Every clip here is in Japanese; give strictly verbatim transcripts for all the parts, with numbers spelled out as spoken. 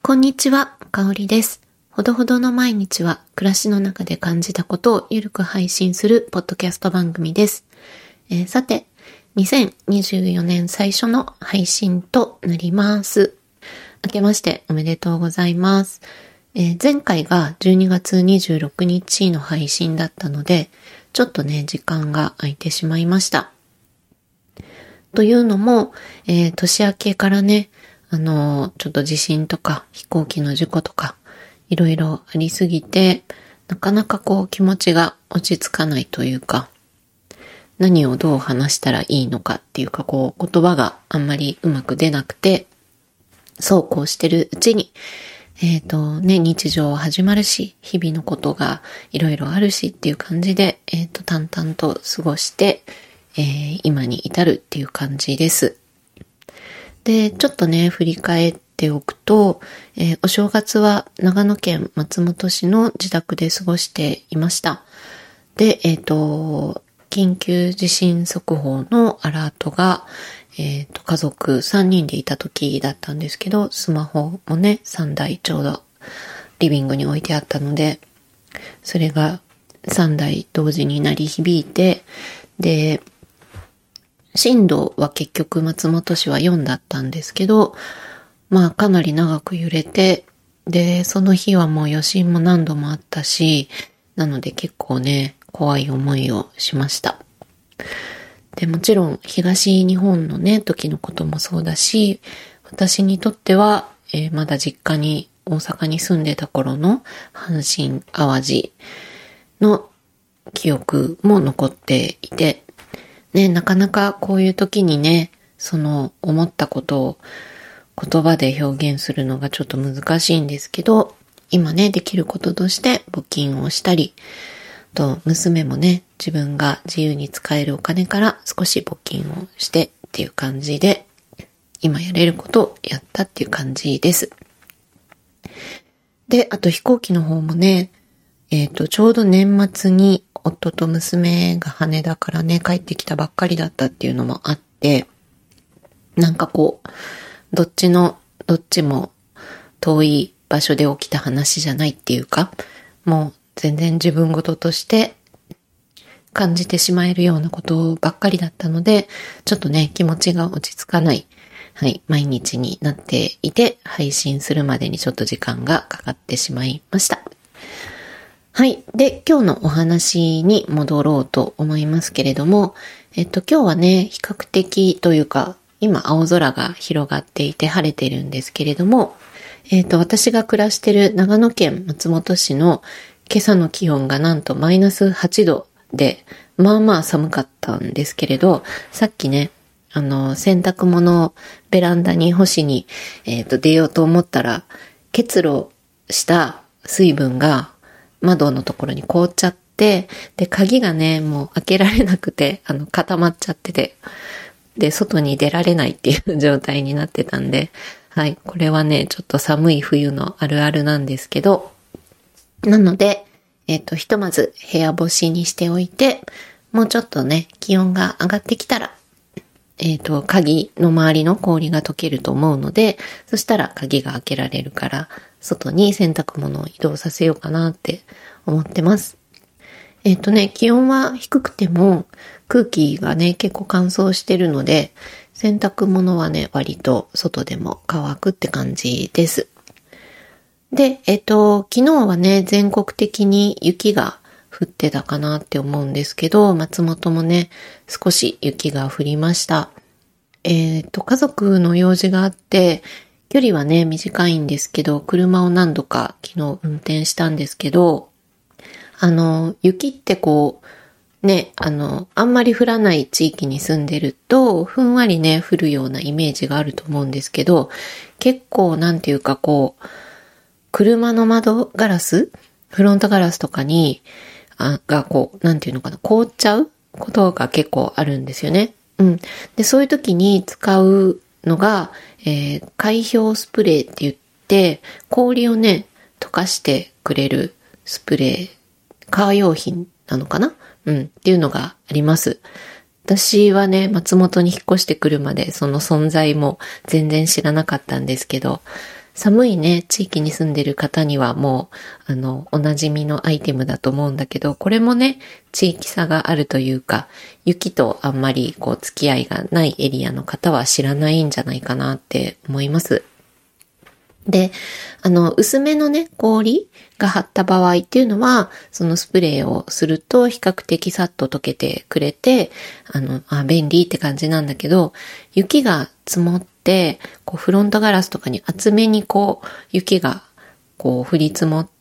こんにちは、かおりです。ほどほどの毎日は暮らしの中で感じたことをゆるく配信するポッドキャスト番組です。えー、さて、にせんにじゅうよねん最初の配信となります。明けましておめでとうございます。えー、前回がじゅうにがつにじゅうろくにちの配信だったので、ちょっとね、時間が空いてしまいました。というのも、えー、年明けからね、あのー、ちょっと地震とか飛行機の事故とかいろいろありすぎて、なかなかこう気持ちが落ち着かないというか、何をどう話したらいいのかっていうか、こう言葉があんまりうまく出なくて、そうこうしてるうちに、えっとね、日常は始まるし、日々のことがいろいろあるしっていう感じで、えっと淡々と過ごして、えー、今に至るっていう感じです。で、ちょっとね、振り返っておくと、えー、お正月は長野県松本市の自宅で過ごしていました。で、えっと、緊急地震速報のアラートが、えっと、家族さんにんでいた時だったんですけど、スマホもね、さんだいちょうどリビングに置いてあったので、それがさんだい同時に鳴り響いて、で、震度は結局松本市はよんだったんですけど、まあかなり長く揺れて、で、その日はもう余震も何度もあったし、なので結構ね、怖い思いをしました。で、もちろん東日本のね、時のこともそうだし、私にとっては、えー、まだ実家に、大阪に住んでた頃の阪神淡路の記憶も残っていて、ね、なかなかこういう時にね、その思ったことを言葉で表現するのがちょっと難しいんですけど、今ね、できることとして募金をしたり、と娘もね、自分が自由に使えるお金から少し募金をしてっていう感じで、今やれることをやったっていう感じです。で、あと飛行機の方もね、えっと、ちょうど年末に夫と娘が羽田からね、帰ってきたばっかりだったっていうのもあって、なんかこう、どっちの、どっちも遠い場所で起きた話じゃないっていうか、もう全然自分事として感じてしまえるようなことばっかりだったので、ちょっとね、気持ちが落ち着かない、はい、毎日になっていて、配信するまでにちょっと時間がかかってしまいました。はい。で、今日のお話に戻ろうと思いますけれども、えっと、今日はね、比較的というか、今青空が広がっていて晴れてるんですけれども、えっと、私が暮らしてる長野県松本市の今朝の気温がなんとマイナスはちどで、まあまあ寒かったんですけれど、さっきね、あの、洗濯物をベランダに干しに、えっと、出ようと思ったら、結露した水分が窓のところに凍っちゃって、で、鍵がね、もう開けられなくて、あの、固まっちゃってて、で、外に出られないっていう状態になってたんで、はい、これはね、ちょっと寒い冬のあるあるなんですけど、なので、えっと、ひとまず部屋干しにしておいて、もうちょっとね、気温が上がってきたら、えっと、鍵の周りの氷が溶けると思うので、そしたら鍵が開けられるから、外に洗濯物を移動させようかなって思ってます。えっとね、気温は低くても空気がね、結構乾燥してるので、洗濯物はね、割と外でも乾くって感じです。で、えっと、昨日はね、全国的に雪が降ってたかなって思うんですけど、松本もね、少し雪が降りました。えっと、家族の用事があって、距離はね、短いんですけど、車を何度か昨日運転したんですけど、あの、雪ってこう、ね、あの、あんまり降らない地域に住んでると、ふんわりね、降るようなイメージがあると思うんですけど、結構なんていうかこう、車の窓ガラス、フロントガラスとかに、あがこう、なんていうのかな、凍っちゃうことが結構あるんですよね。うん。で、そういう時に使うのが、えー、海氷スプレーって言って、氷をね、溶かしてくれるスプレー、カー用品なのかな？うん。っていうのがあります。私はね、松本に引っ越してくるまでその存在も全然知らなかったんですけど、 寒いね、地域に住んでる方にはもう、あの、おなじみのアイテムだと思うんだけど、これもね、地域差があるというか、雪とあんまりこう、付き合いがないエリアの方は知らないんじゃないかなって思います。で、あの、薄めのね、氷が張った場合っていうのは、そのスプレーをすると比較的さっと溶けてくれて、あの、あ、便利って感じなんだけど、雪が積もって、こう、フロントガラスとかに厚めにこう、雪がこう、降り積もって、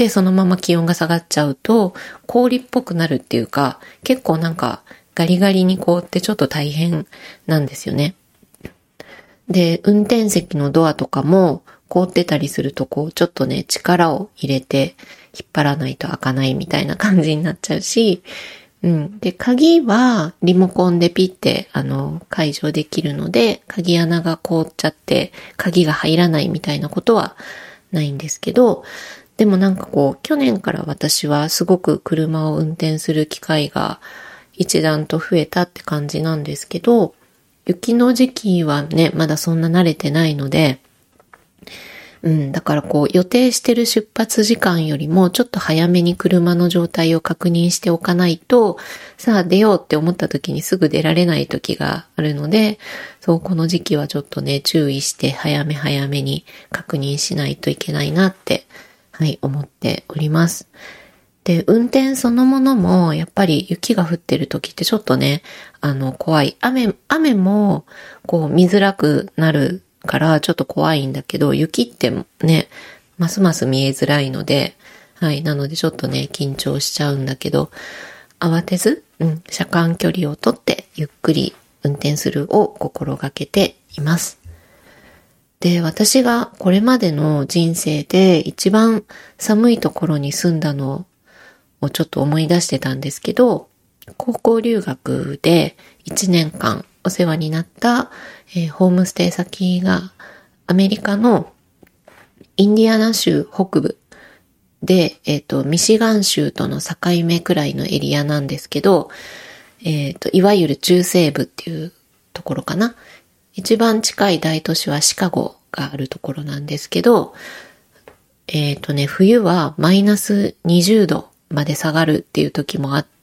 そのまま気温が下がっちゃうと、氷っぽくなるっていうか、結構なんか、ガリガリに凍ってちょっと大変なんですよね。で、運転席のドアとかも凍ってたりするとこうちょっとね力を入れて引っ張らないと開かないみたいな感じになっちゃうし、うん。で、鍵はリモコンでピッてあの解除できるので鍵穴が凍っちゃって鍵が入らないみたいなことはないんですけど、でもなんかこう去年から私はすごく車を運転する機会が一段と増えたって感じなんですけど、雪の時期はね、まだそんな慣れてないので、うん、だからこう予定してる出発時間よりもちょっと早めに車の状態を確認しておかないと、さあ出ようって思った時にすぐ出られない時があるので、そう、この時期はちょっとね、注意して早め早めに確認しないといけないなって、はい、思っております。で、運転そのものも、やっぱり雪が降ってる時ってちょっとね、あの、怖い。雨、雨も、こう、見づらくなるから、ちょっと怖いんだけど、雪ってね、ますます見えづらいので、はい、なのでちょっとね、緊張しちゃうんだけど、慌てず、うん、車間距離をとって、ゆっくり運転するを心がけています。で、私がこれまでの人生で一番寒いところに住んだのをちょっと思い出してたんですけど、高校留学でいちねんかんお世話になった、えー、ホームステイ先がアメリカのインディアナ州北部で、えっと、ミシガン州との境目くらいのエリアなんですけど、えっと、いわゆる中西部っていうところかな。一番近い大都市はシカゴがあるところなんですけど、えっとね、冬はマイナスにじゅうどまで下がるっていう時もあって、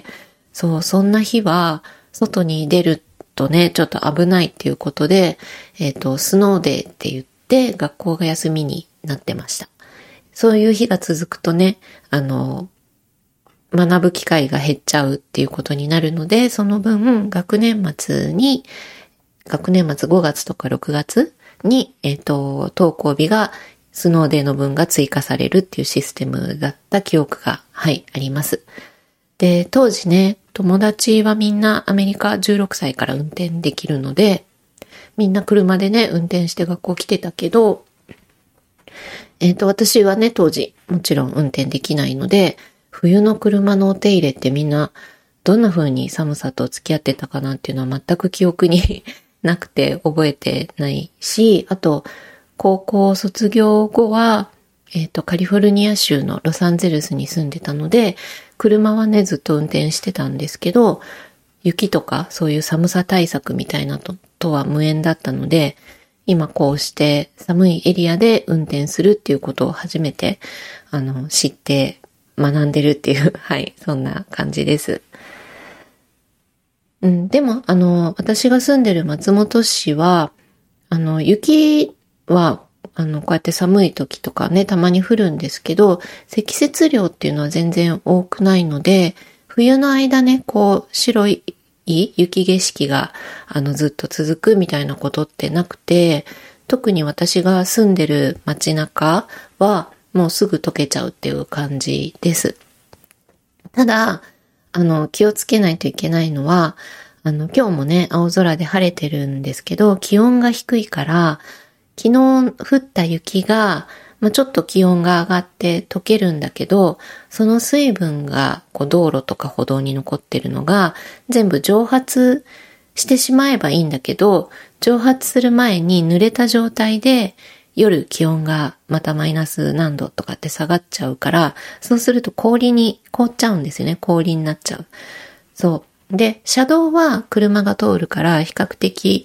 そう、そんな日は外に出るとね、ちょっと危ないっていうことで、えっと、スノーデーって言って学校が休みになってました。そういう日が続くとね、あの、学ぶ機会が減っちゃうっていうことになるので、その分、学年末に、学年末ごがつとかろくがつに、えっと、登校日がスノーデーの分が追加されるっていうシステムだった記憶が、はい、あります。で、当時ね、友達はみんなアメリカじゅうろくさいから運転できるので、みんな車でね、運転して学校来てたけど、えっと、私はね、当時、もちろん運転できないので、冬の車のお手入れってみんな、どんな風に寒さと付き合ってたかなっていうのは全く記憶になくて覚えてないし、あと、高校卒業後は、えっと、カリフォルニア州のロサンゼルスに住んでたので、車はね、ずっと運転してたんですけど、雪とかそういう寒さ対策みたいなと、とは無縁だったので、今こうして寒いエリアで運転するっていうことを初めて、あの、知って学んでるっていう、はい、そんな感じです。うん、でも、あの、私が住んでる松本市は、あの、雪は、あの、こうやって寒い時とかね、たまに降るんですけど、積雪量っていうのは全然多くないので、冬の間ね、こう、白い雪景色が、あの、ずっと続くみたいなことってなくて、特に私が住んでる街中は、もうすぐ溶けちゃうっていう感じです。ただ、あの、気をつけないといけないのは、あの、今日もね、青空で晴れてるんですけど、気温が低いから、昨日降った雪が、まあ、ちょっと気温が上がって溶けるんだけど、その水分がこう道路とか歩道に残ってるのが全部蒸発してしまえばいいんだけど、蒸発する前に濡れた状態で夜気温がまたマイナス何度とかって下がっちゃうから、そうすると氷に凍っちゃうんですよね。氷になっちゃう。そう。で、車道は車が通るから比較的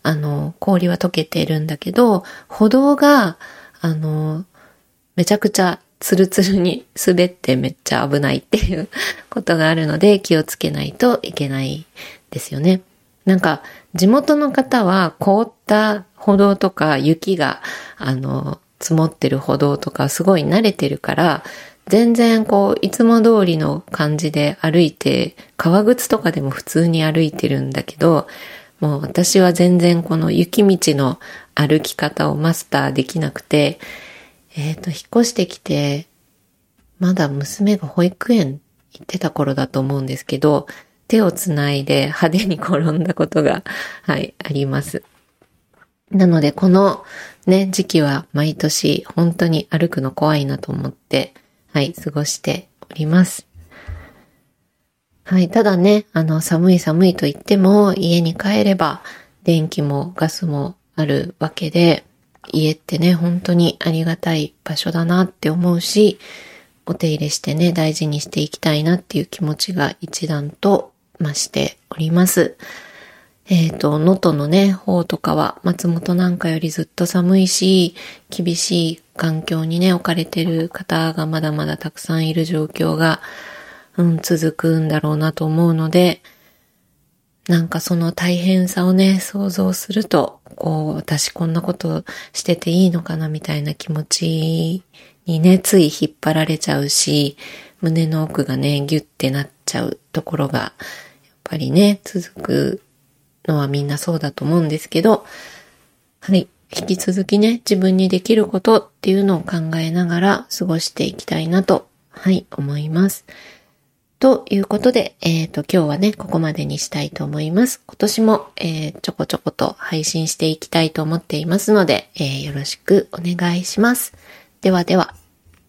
あの、氷は溶けてるんだけど、歩道が、あの、めちゃくちゃツルツルに滑ってめっちゃ危ないっていうことがあるので、気をつけないといけないですよね。なんか、地元の方は凍った歩道とか雪が、あの、積もってる歩道とかすごい慣れてるから、全然こう、いつも通りの感じで歩いて、革靴とかでも普通に歩いてるんだけど、もう私は全然この雪道の歩き方をマスターできなくて、えっと、引っ越してきて、まだ娘が保育園行ってた頃だと思うんですけど、手をつないで派手に転んだことが、はい、あります。なので、このね、時期は毎年本当に歩くの怖いなと思って、はい、過ごしております。はい、ただね、あの、寒い寒いと言っても、家に帰れば、電気もガスもあるわけで、家ってね、本当にありがたい場所だなって思うし、お手入れしてね、大事にしていきたいなっていう気持ちが一段と増しております。えっと、能登のね、方とかは松本なんかよりずっと寒いし、厳しい環境にね、置かれてる方がまだまだたくさんいる状況が、うん、続くんだろうなと思うので、なんかその大変さをね、想像すると、こう、私こんなことしてていいのかなみたいな気持ちにね、つい引っ張られちゃうし、胸の奥がね、ギュッてなっちゃうところが、やっぱりね、続くのはみんなそうだと思うんですけど、はい、引き続きね、自分にできることっていうのを考えながら過ごしていきたいなと、はい、思います。ということで、えっと、今日はね、ここまでにしたいと思います。今年も、えー、ちょこちょこと配信していきたいと思っていますので、えー、よろしくお願いします。ではでは。